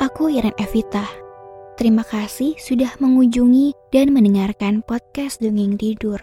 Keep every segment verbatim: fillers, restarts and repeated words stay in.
Aku Iren Evita. Terima kasih sudah mengunjungi dan mendengarkan podcast Dongeng Tidur.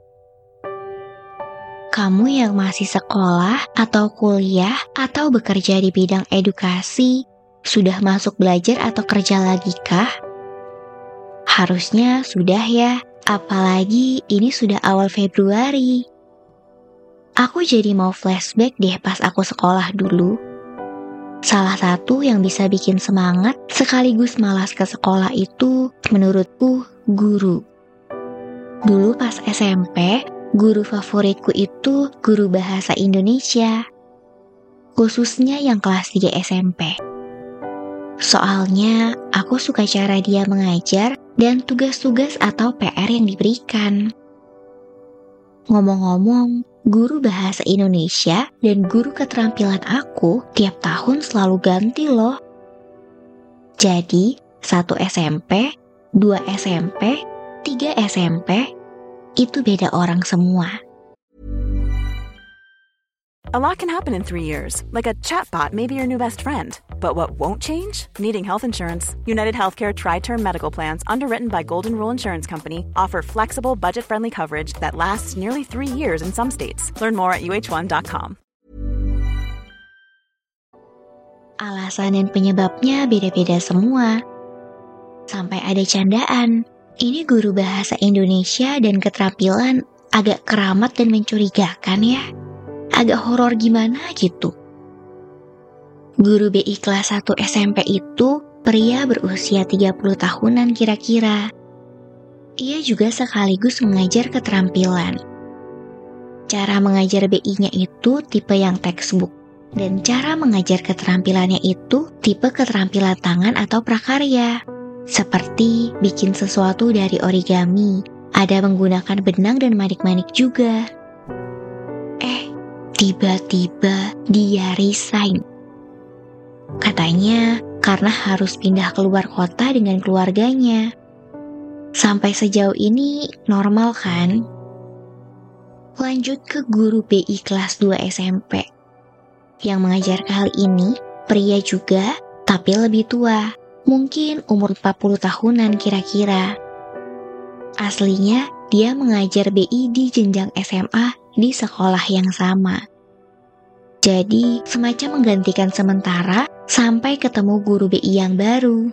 Kamu yang masih sekolah atau kuliah atau bekerja di bidang edukasi, sudah masuk belajar atau kerja lagi kah? Harusnya sudah ya, apalagi ini sudah awal Februari. Aku jadi mau flashback deh pas aku sekolah dulu. Salah satu yang bisa bikin semangat sekaligus malas ke sekolah itu menurutku guru. Dulu pas S M P, guru favoritku itu guru bahasa Indonesia. Khususnya yang kelas tiga S M P. Soalnya aku suka cara dia mengajar dan tugas-tugas atau P R yang diberikan. Ngomong-ngomong, guru bahasa Indonesia dan guru keterampilan aku tiap tahun selalu ganti loh. Jadi, satu S M P, dua S M P, tiga S M P, itu beda orang semua. A lot can happen in three years, like a chatbot may be your new best friend. But what won't change? Needing health insurance. United Healthcare Tri-Term Medical Plans, underwritten by Golden Rule Insurance Company, offer flexible, budget-friendly coverage that lasts nearly three years in some states. Learn more at U H one dot com. Alasan dan penyebabnya beda-beda semua. Sampai ada candaan, ini guru bahasa Indonesia dan keterampilan agak keramat dan mencurigakan ya. Agak horor gimana gitu. Guru B I kelas satu S M P itu pria berusia tiga puluh tahunan kira-kira. Ia juga sekaligus mengajar keterampilan. Cara mengajar B I-nya itu tipe yang textbook. Dan cara mengajar keterampilannya itu tipe keterampilan tangan atau prakarya. Seperti bikin sesuatu dari origami, ada menggunakan benang dan manik-manik juga. Eh, tiba-tiba dia resign. Katanya karena harus pindah keluar kota dengan keluarganya. Sampai sejauh ini normal kan? Lanjut ke guru B I kelas dua S M P. Yang mengajar kali ini pria juga, tapi lebih tua. Mungkin umur empat puluh tahunan kira-kira. Aslinya dia mengajar B I di jenjang S M A di sekolah yang sama. Jadi semacam menggantikan sementara sampai ketemu guru B I yang baru.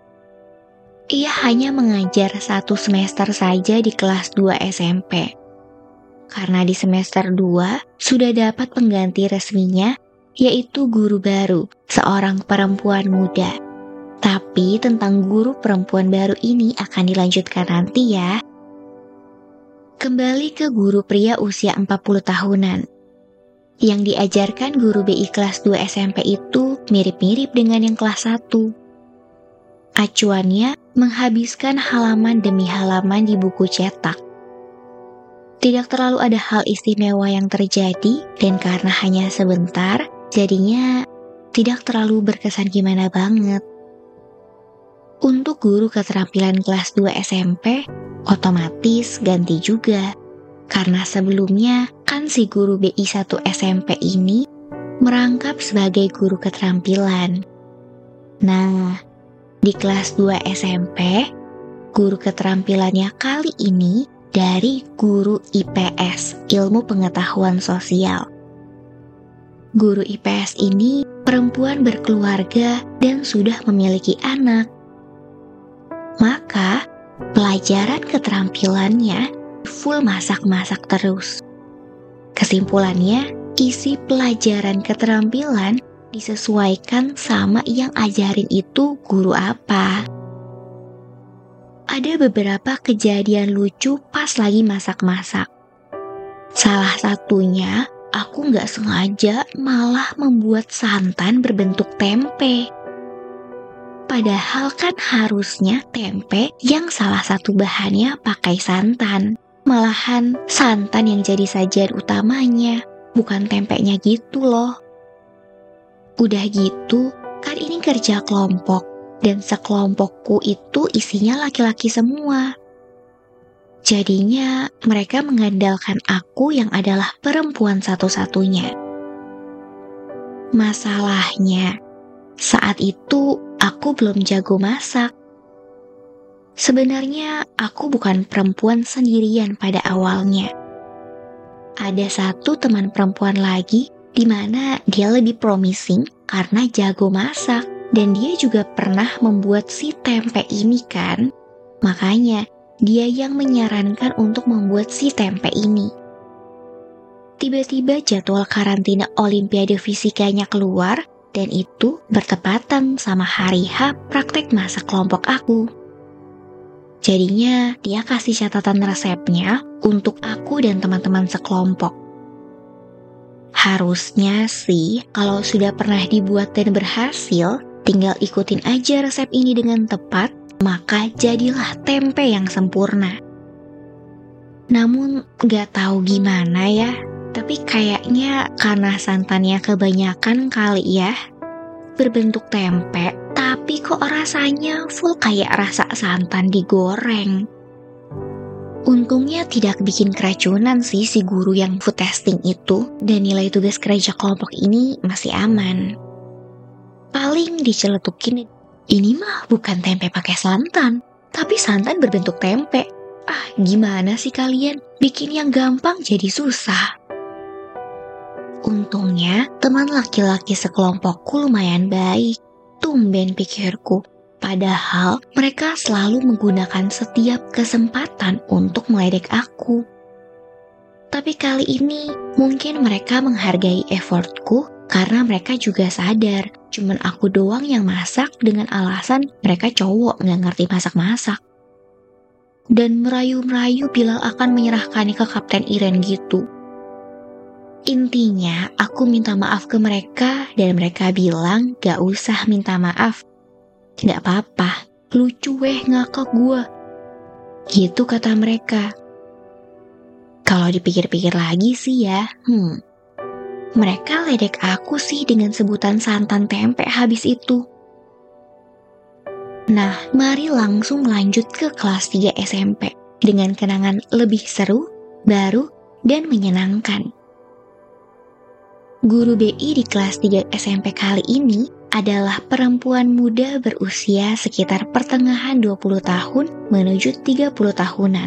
Ia hanya mengajar satu semester saja di kelas dua S M P. Karena di semester dua sudah dapat pengganti resminya, yaitu guru baru, seorang perempuan muda. Tapi tentang guru perempuan baru ini akan dilanjutkan nanti ya. Kembali ke guru pria usia empat puluh tahunan. Yang diajarkan guru B I kelas dua S M P itu mirip-mirip dengan yang kelas satu. Acuannya menghabiskan halaman demi halaman di buku cetak. Tidak terlalu ada hal istimewa yang terjadi, dan karena hanya sebentar, jadinya tidak terlalu berkesan gimana banget. Untuk guru keterampilan kelas dua S M P, otomatis ganti juga. Karena sebelumnya kan si guru B I satu S M P ini merangkap sebagai guru keterampilan. Nah, di kelas dua S M P, guru keterampilannya kali ini dari guru I P S, Ilmu Pengetahuan Sosial. Guru I P S ini perempuan berkeluarga dan sudah memiliki anak. Maka, pelajaran keterampilannya full masak-masak terus. Kesimpulannya, isi pelajaran keterampilan disesuaikan sama yang ajarin itu guru apa. Ada beberapa kejadian lucu pas lagi masak-masak. Salah satunya, aku gak sengaja malah membuat santan berbentuk tempe. Padahal kan harusnya tempe yang salah satu bahannya pakai santan. Malahan santan yang jadi sajian utamanya, bukan tempenya gitu loh. Udah gitu, kan ini kerja kelompok, dan sekelompokku itu isinya laki-laki semua. Jadinya mereka mengandalkan aku yang adalah perempuan satu-satunya. Masalahnya, Saat itu aku belum jago masak. Sebenarnya aku bukan perempuan sendirian pada awalnya. Ada satu teman perempuan lagi di mana dia lebih promising karena jago masak dan dia juga pernah membuat si tempe ini kan. Makanya dia yang menyarankan untuk membuat si tempe ini. Tiba-tiba jadwal karantina Olimpiade Fisikanya keluar dan itu bertepatan sama hari H praktek masak kelompok aku. Jadinya dia kasih catatan resepnya untuk aku dan teman-teman sekelompok. Harusnya sih kalau sudah pernah dibuat dan berhasil, tinggal ikutin aja resep ini dengan tepat, maka jadilah tempe yang sempurna. Namun gak tahu gimana ya, tapi kayaknya karena santannya kebanyakan kali ya, berbentuk tempe, tapi kok rasanya full kayak rasa santan digoreng. Untungnya tidak bikin keracunan sih si guru yang food testing itu, dan nilai tugas kerja kelompok ini masih aman. Paling diceletukin, ini mah bukan tempe pakai santan, tapi santan berbentuk tempe. Ah, gimana sih kalian? Bikin yang gampang jadi susah. Untungnya, teman laki-laki sekelompokku lumayan baik. Tumben pikirku. Padahal mereka selalu menggunakan setiap kesempatan untuk meledek aku. Tapi kali ini mungkin mereka menghargai effortku karena mereka juga sadar cuman aku doang yang masak dengan alasan mereka cowok gak ngerti masak-masak. Dan merayu-merayu bilang akan menyerahkannya ke Kapten Iren gitu. Intinya, aku minta maaf ke mereka dan mereka bilang gak usah minta maaf. Gak apa-apa, lucu weh ngakak gua. Gitu kata mereka. Kalau dipikir-pikir lagi sih ya, hmm, mereka ledek aku sih dengan sebutan santan tempe habis itu. Nah, mari langsung lanjut ke kelas tiga S M P dengan kenangan lebih seru, baru, dan menyenangkan. Guru B I di kelas tiga S M P kali ini adalah perempuan muda berusia sekitar pertengahan dua puluh tahun menuju tiga puluh tahunan.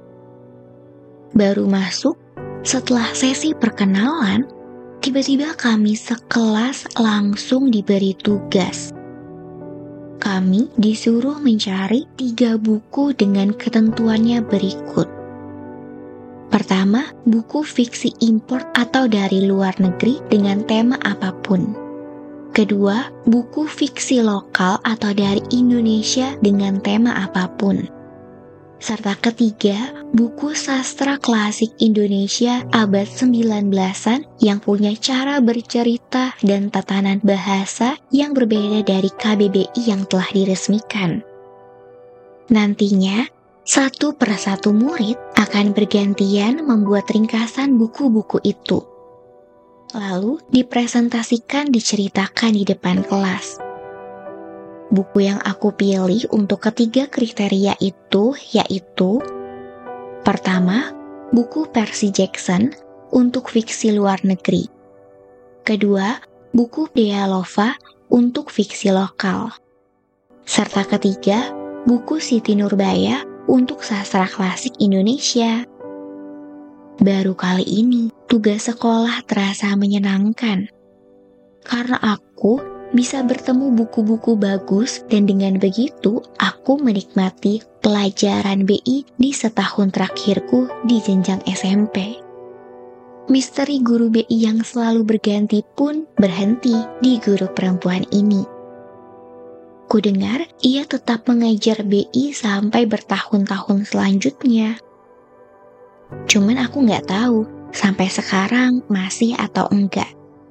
Baru masuk, setelah sesi perkenalan, tiba-tiba kami sekelas langsung diberi tugas. Kami disuruh mencari tiga buku dengan ketentuannya berikut. Pertama, buku fiksi import atau dari luar negeri dengan tema apapun. Kedua, buku fiksi lokal atau dari Indonesia dengan tema apapun. Serta ketiga, buku sastra klasik Indonesia abad sembilan belasan yang punya cara bercerita dan tatanan bahasa yang berbeda dari K B B I yang telah diresmikan. Nantinya, satu persatu murid akan bergantian membuat ringkasan buku-buku itu. Lalu dipresentasikan diceritakan di depan kelas. Buku yang aku pilih untuk ketiga kriteria itu yaitu: pertama, buku Percy Jackson untuk fiksi luar negeri. Kedua, buku Dea Lova untuk fiksi lokal. Serta ketiga, buku Siti Nurbaya untuk sastra klasik Indonesia. Baru kali ini, tugas sekolah terasa menyenangkan. Karena aku bisa bertemu buku-buku bagus dan dengan begitu aku menikmati pelajaran B I di setahun terakhirku di jenjang S M P. Misteri guru B I yang selalu berganti pun berhenti di guru perempuan ini. Kudengar ia tetap mengajar B I sampai bertahun-tahun selanjutnya. Cuman aku nggak tahu sampai sekarang masih atau enggak.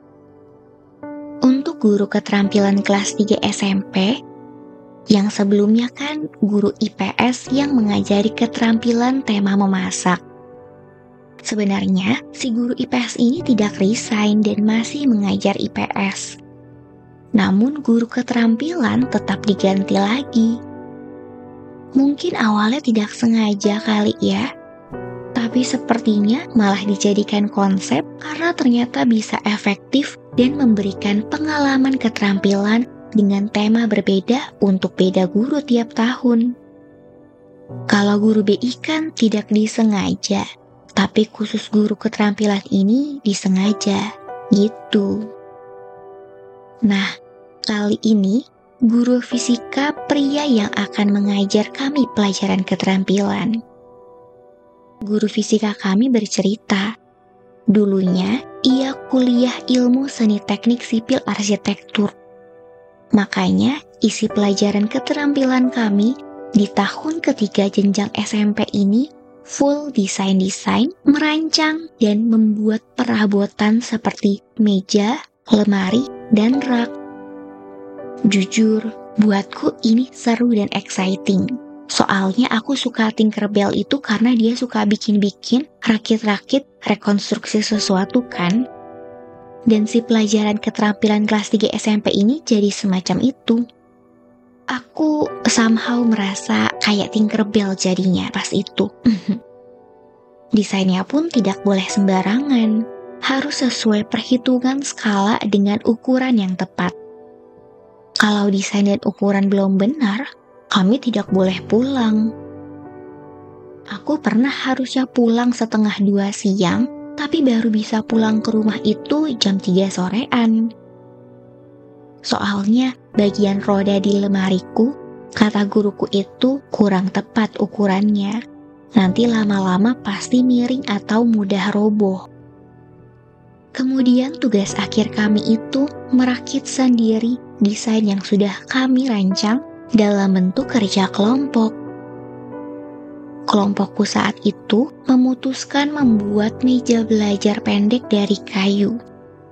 Untuk guru keterampilan kelas tiga S M P, yang sebelumnya kan guru I P S yang mengajari keterampilan tema memasak. Sebenarnya si guru I P S ini tidak resign dan masih mengajar I P S. Namun guru keterampilan tetap diganti lagi. Mungkin awalnya tidak sengaja kali ya, tapi sepertinya malah dijadikan konsep karena ternyata bisa efektif dan memberikan pengalaman keterampilan dengan tema berbeda untuk beda guru tiap tahun. Kalau guru B I kan tidak disengaja, tapi khusus guru keterampilan ini disengaja, gitu. Nah, kali ini guru fisika pria yang akan mengajar kami pelajaran keterampilan. Guru fisika kami bercerita, dulunya ia kuliah ilmu seni teknik sipil arsitektur. Makanya isi pelajaran keterampilan kami di tahun ketiga jenjang S M P ini full desain-desain, merancang, dan membuat perabotan seperti meja, lemari, dan rak. Jujur, buatku ini seru dan exciting. Soalnya aku suka Tinkerbell itu karena dia suka bikin-bikin, rakit-rakit, rekonstruksi sesuatu kan. Dan si pelajaran keterampilan kelas tiga S M P ini jadi semacam itu. Aku somehow merasa kayak Tinkerbell jadinya pas itu. Desainnya pun tidak boleh sembarangan. Harus sesuai perhitungan skala dengan ukuran yang tepat. Kalau desain dan ukuran belum benar, kami tidak boleh pulang. Aku pernah harusnya pulang setengah dua siang, tapi baru bisa pulang ke rumah itu jam tiga sorean. Soalnya bagian roda di lemariku, kata guruku itu kurang tepat ukurannya. Nanti lama-lama pasti miring atau mudah roboh. Kemudian tugas akhir kami itu merakit sendiri desain yang sudah kami rancang dalam bentuk kerja kelompok. Kelompokku saat itu memutuskan membuat meja belajar pendek dari kayu.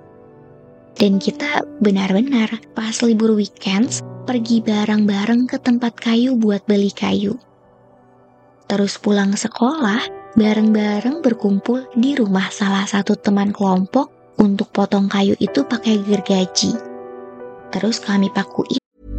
Dan kita benar-benar pas libur weekends pergi bareng-bareng ke tempat kayu buat beli kayu. Terus pulang sekolah, bareng-bareng berkumpul di rumah salah satu teman kelompok untuk potong kayu itu pakai gergaji. Terus kami pakuin.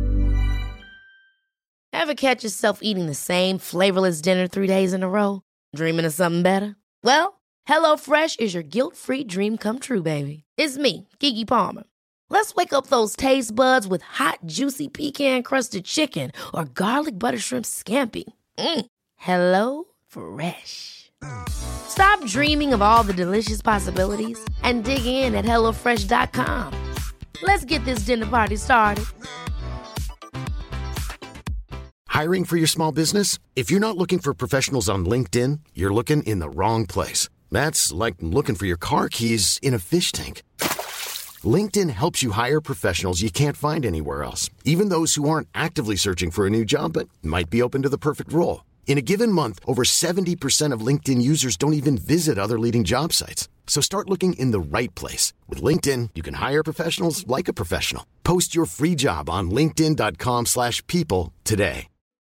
Ever catch yourself eating the same flavorless dinner three days in a row? Dreaming of something better? Well, HelloFresh is your guilt-free dream come true, baby. It's me, Keke Palmer. Let's wake up those taste buds with hot, juicy pecan-crusted chicken or garlic butter shrimp scampi. Mm. Hello Fresh. Stop dreaming of all the delicious possibilities and dig in at hello fresh dot com. Let's get this dinner party started. Hiring for your small business? If you're not looking for professionals on LinkedIn, you're looking in the wrong place. That's like looking for your car keys in a fish tank. LinkedIn helps you hire professionals you can't find anywhere else, even those who aren't actively searching for a new job but might be open to the perfect role. In a given month, over seventy percent of LinkedIn users don't even visit other leading job sites. So start looking in the right place. With LinkedIn, you can hire professionals like a professional. Post your free job on linkedin dot com slash people today.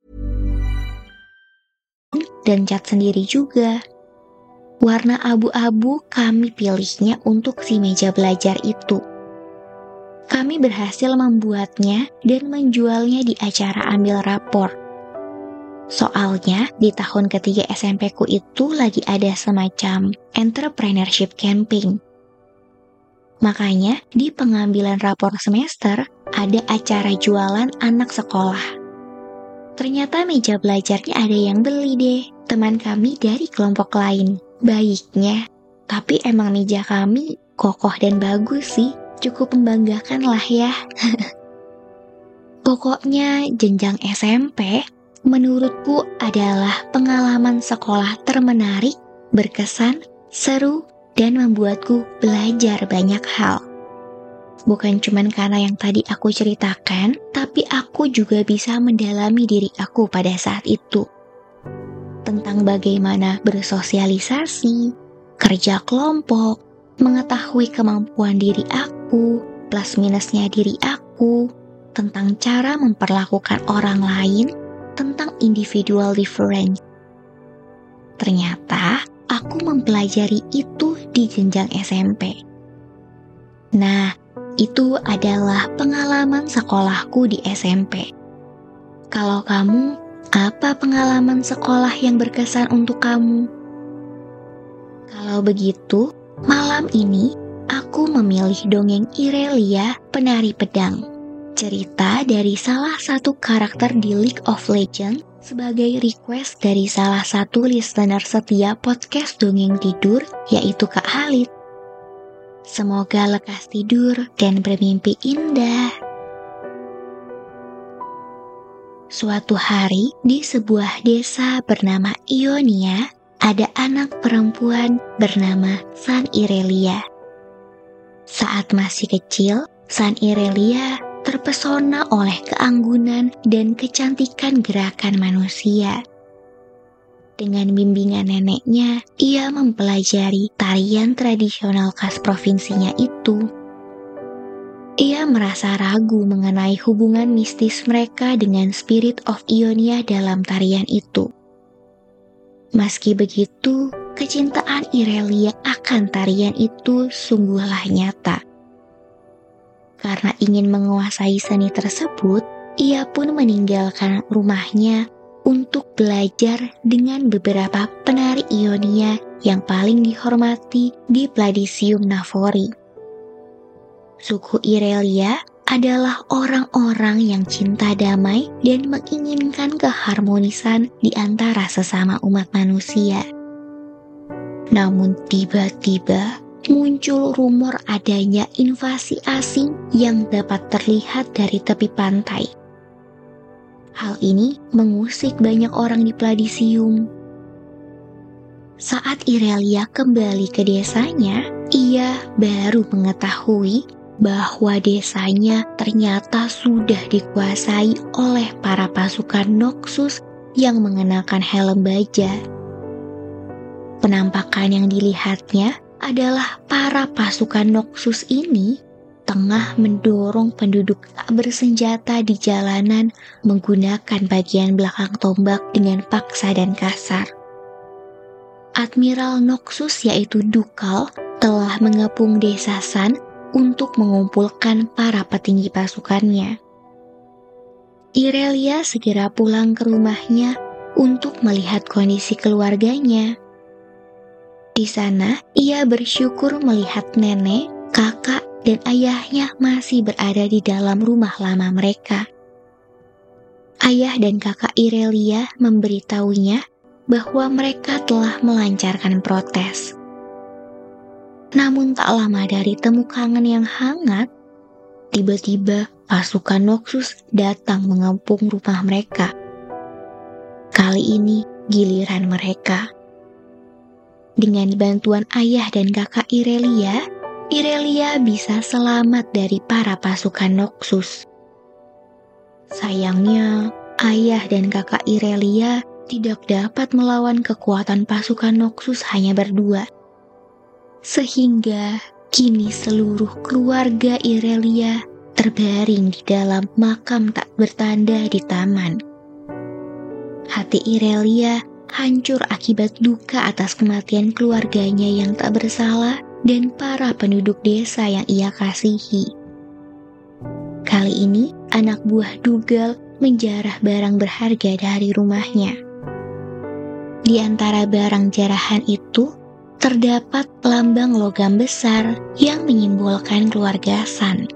Dan cat sendiri juga. Warna abu-abu kami pilihnya untuk si meja belajar itu. Kami berhasil membuatnya dan menjualnya di acara ambil rapor. Soalnya di tahun ketiga S M P ku itu lagi ada semacam entrepreneurship camping. Makanya di pengambilan rapor semester ada acara jualan anak sekolah. Ternyata meja belajarnya ada yang beli deh, teman kami dari kelompok lain. Baiknya, tapi emang meja kami kokoh dan bagus sih, cukup membanggakan lah ya. Pokoknya jenjang S M P menurutku adalah pengalaman sekolah termenarik, berkesan, seru, dan membuatku belajar banyak hal. Bukan cuman karena yang tadi aku ceritakan, tapi aku juga bisa mendalami diri aku pada saat itu. Tentang bagaimana bersosialisasi, kerja kelompok, mengetahui kemampuan diri aku, plus minusnya diri aku, tentang cara memperlakukan orang lain, tentang individual difference. Ternyata aku mempelajari itu di jenjang S M P. Nah, itu adalah pengalaman sekolahku di S M P. Kalau kamu, apa pengalaman sekolah yang berkesan untuk kamu? Kalau begitu, malam ini aku memilih dongeng Irelia, penari pedang. Cerita dari salah satu karakter di League of Legends sebagai request dari salah satu listener setia podcast Dongeng Tidur, yaitu Kak Halid. Semoga lekas tidur dan bermimpi indah. Suatu hari di sebuah desa bernama Ionia, ada anak perempuan bernama San Irelia. Saat masih kecil, San Irelia terpesona oleh keanggunan dan kecantikan gerakan manusia. Dengan bimbingan neneknya, ia mempelajari tarian tradisional khas provinsinya itu. Ia merasa ragu mengenai hubungan mistis mereka dengan Spirit of Ionia dalam tarian itu. Meski begitu, kecintaan Irelia akan tarian itu sungguhlah nyata. Karena ingin menguasai seni tersebut, ia pun meninggalkan rumahnya untuk belajar dengan beberapa penari Ionia yang paling dihormati di Pladisium Navori. Suku Irelia adalah orang-orang yang cinta damai dan menginginkan keharmonisan di antara sesama umat manusia. Namun tiba-tiba muncul rumor adanya invasi asing yang dapat terlihat dari tepi pantai. Hal ini mengusik banyak orang di Pladisium. Saat Irelia kembali ke desanya, ia baru mengetahui bahwa desanya ternyata sudah dikuasai oleh para pasukan Noxus yang mengenakan helm baja. Penampakan yang dilihatnya adalah para pasukan Noxus ini tengah mendorong penduduk tak bersenjata di jalanan menggunakan bagian belakang tombak dengan paksa dan kasar. Admiral Noxus yaitu Dukal telah mengepung desa San untuk mengumpulkan para petinggi pasukannya. Irelia segera pulang ke rumahnya untuk melihat kondisi keluarganya. Di sana, ia bersyukur melihat nenek, kakak, dan ayahnya masih berada di dalam rumah lama mereka. Ayah dan kakak Irelia memberitahunya bahwa mereka telah melancarkan protes. Namun tak lama dari temu kangen yang hangat, tiba-tiba pasukan Noxus datang mengepung rumah mereka. Kali ini giliran mereka. Dengan bantuan ayah dan kakak Irelia, Irelia bisa selamat dari para pasukan Noxus. Sayangnya, ayah dan kakak Irelia tidak dapat melawan kekuatan pasukan Noxus hanya berdua. Sehingga kini seluruh keluarga Irelia terbaring di dalam makam tak bertanda di taman. Hati Irelia hancur akibat duka atas kematian keluarganya yang tak bersalah dan para penduduk desa yang ia kasihi. Kali ini, anak buah Dugal menjarah barang berharga dari rumahnya. Di antara barang jarahan itu, terdapat lambang logam besar yang menyimbolkan keluarga San.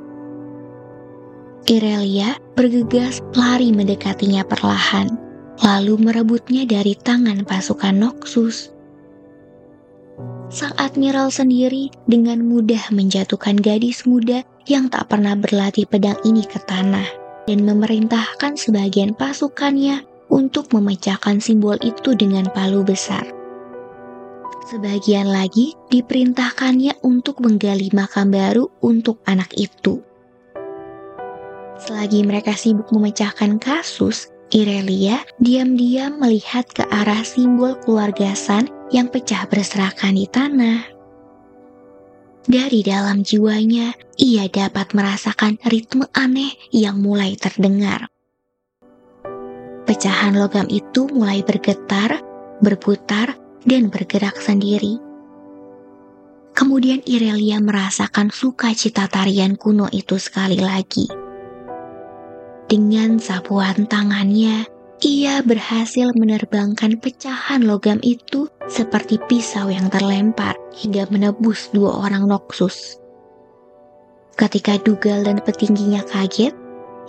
Irelia bergegas lari mendekatinya perlahan, lalu merebutnya dari tangan pasukan Noxus. Sang admiral sendiri dengan mudah menjatuhkan gadis muda yang tak pernah berlatih pedang ini ke tanah dan memerintahkan sebagian pasukannya untuk memecahkan simbol itu dengan palu besar. Sebagian lagi diperintahkannya untuk menggali makam baru untuk anak itu. Selagi mereka sibuk memecahkan kasus, Irelia diam-diam melihat ke arah simbol keluarga San yang pecah berserakan di tanah. Dari dalam jiwanya, ia dapat merasakan ritme aneh yang mulai terdengar. Pecahan logam itu mulai bergetar, berputar, dan bergerak sendiri. Kemudian Irelia merasakan sukacita tarian kuno itu sekali lagi. Dengan sapuan tangannya, ia berhasil menerbangkan pecahan logam itu seperti pisau yang terlempar hingga menebus dua orang Noxus. Ketika Dugal dan petingginya kaget,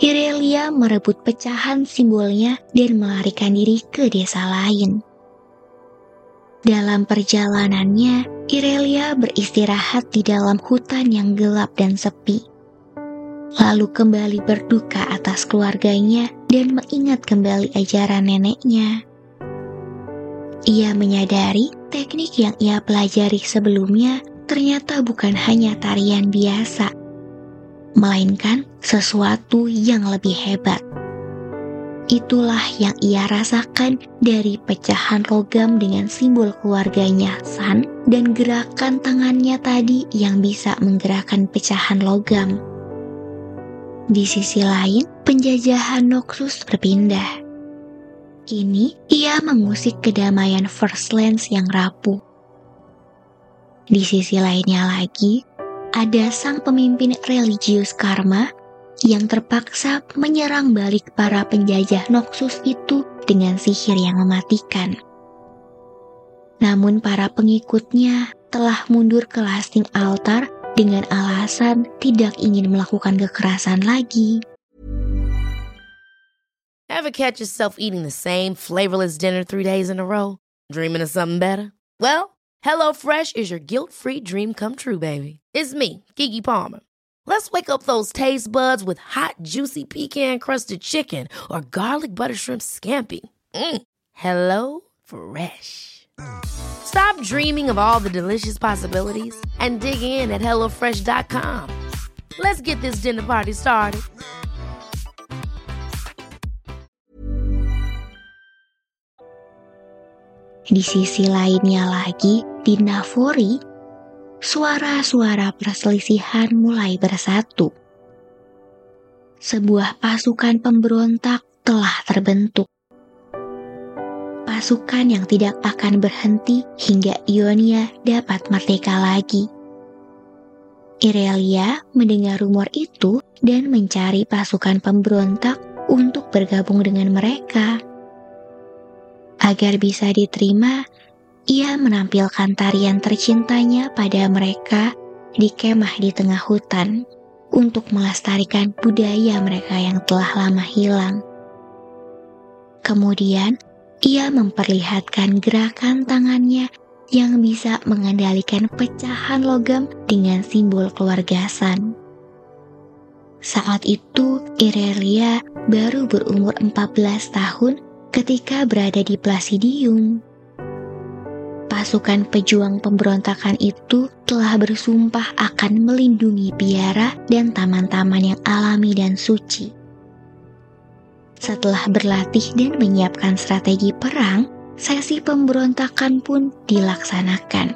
Irelia merebut pecahan simbolnya dan melarikan diri ke desa lain. Dalam perjalanannya, Irelia beristirahat di dalam hutan yang gelap dan sepi. Lalu kembali berduka atas keluarganya dan mengingat kembali ajaran neneknya. Ia menyadari teknik yang ia pelajari sebelumnya ternyata bukan hanya tarian biasa, melainkan sesuatu yang lebih hebat. Itulah yang ia rasakan dari pecahan logam dengan simbol keluarganya San dan gerakan tangannya tadi yang bisa menggerakkan pecahan logam. Di sisi lain, penjajahan Noxus berpindah. Kini, ia mengusik kedamaian First Lands yang rapuh. Di sisi lainnya lagi, ada sang pemimpin religius Karma yang terpaksa menyerang balik para penjajah Noxus itu dengan sihir yang mematikan. Namun para pengikutnya telah mundur ke lasting altar dengan alasan tidak ingin melakukan kekerasan lagi. Ever catch yourself eating the same flavorless dinner three days in a row? Dreaming of something better? Well, HelloFresh is your guilt-free dream come true, baby. It's me, Keke Palmer. Let's wake up those taste buds with hot, juicy pecan-crusted chicken or garlic butter shrimp scampi. Mm. Hello Fresh. Stop dreaming of all the delicious possibilities and dig in at hello fresh dot com. Let's get this dinner party started. Di sisi lainnya lagi, di Navori, suara-suara perselisihan mulai bersatu. Sebuah pasukan pemberontak telah terbentuk. Pasukan yang tidak akan berhenti hingga Ionia dapat merdeka lagi. Irelia mendengar rumor itu dan mencari pasukan pemberontak untuk bergabung dengan mereka. Agar bisa diterima, ia menampilkan tarian tercintanya pada mereka di kemah di tengah hutan untuk melestarikan budaya mereka yang telah lama hilang. Kemudian, ia memperlihatkan gerakan tangannya yang bisa mengendalikan pecahan logam dengan simbol keluarga San. Saat itu, Irelia baru berumur empat belas tahun ketika berada di Placidium. Pasukan pejuang pemberontakan itu telah bersumpah akan melindungi biara dan taman-taman yang alami dan suci. Setelah berlatih dan menyiapkan strategi perang, sesi pemberontakan pun dilaksanakan.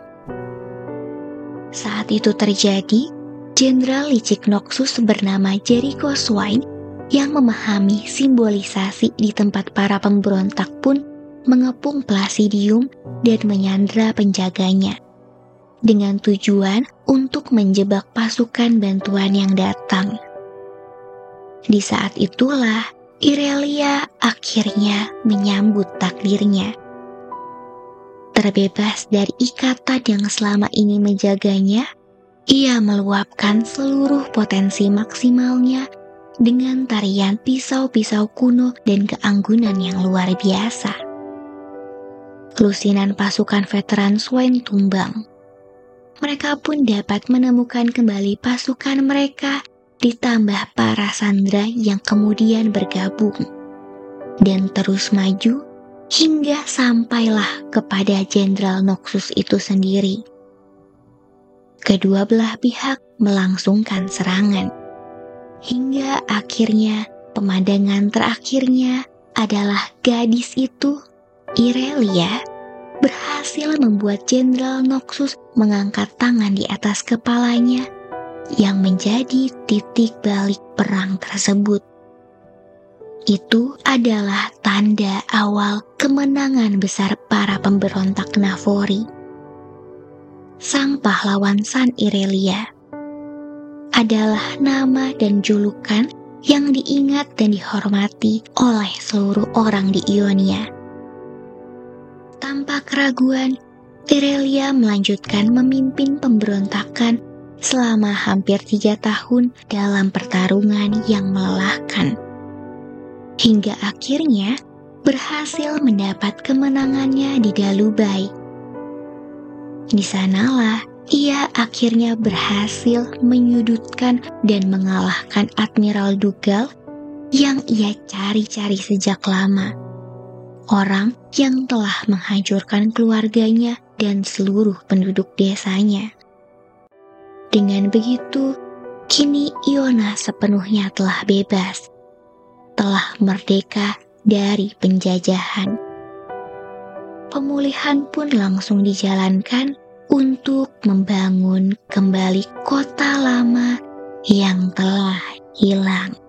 Saat itu terjadi, Jenderal licik Noxus bernama Jericho Swain yang memahami simbolisasi di tempat para pemberontak pun mengepung Placidium dan menyandra penjaganya dengan tujuan untuk menjebak pasukan bantuan yang datang. Di saat itulah Irelia akhirnya menyambut takdirnya. Terbebas dari ikatan yang selama ini menjaganya, ia meluapkan seluruh potensi maksimalnya dengan tarian pisau-pisau kuno dan keanggunan yang luar biasa. Lusinan pasukan veteran Swain tumbang. Mereka pun dapat menemukan kembali pasukan mereka, ditambah para sandera yang kemudian bergabung dan terus maju hingga sampailah kepada Jenderal Noxus itu sendiri. Kedua belah pihak melangsungkan serangan. Hingga akhirnya pemandangan terakhirnya adalah gadis itu, Irelia, berhasil membuat Jenderal Noxus mengangkat tangan di atas kepalanya yang menjadi titik balik perang tersebut. Itu adalah tanda awal kemenangan besar para pemberontak Navori. Sang pahlawan San Irelia adalah nama dan julukan yang diingat dan dihormati oleh seluruh orang di Ionia. Tanpa keraguan, Irelia melanjutkan memimpin pemberontakan selama hampir tiga tahun dalam pertarungan yang melelahkan. Hingga akhirnya berhasil mendapat kemenangannya di Galubai. Di sanalah ia akhirnya berhasil menyudutkan dan mengalahkan Admiral Dougal yang ia cari-cari sejak lama. Orang yang telah menghancurkan keluarganya dan seluruh penduduk desanya. Dengan begitu, kini Iona sepenuhnya telah bebas, telah merdeka dari penjajahan. Pemulihan pun langsung dijalankan untuk membangun kembali kota lama yang telah hilang.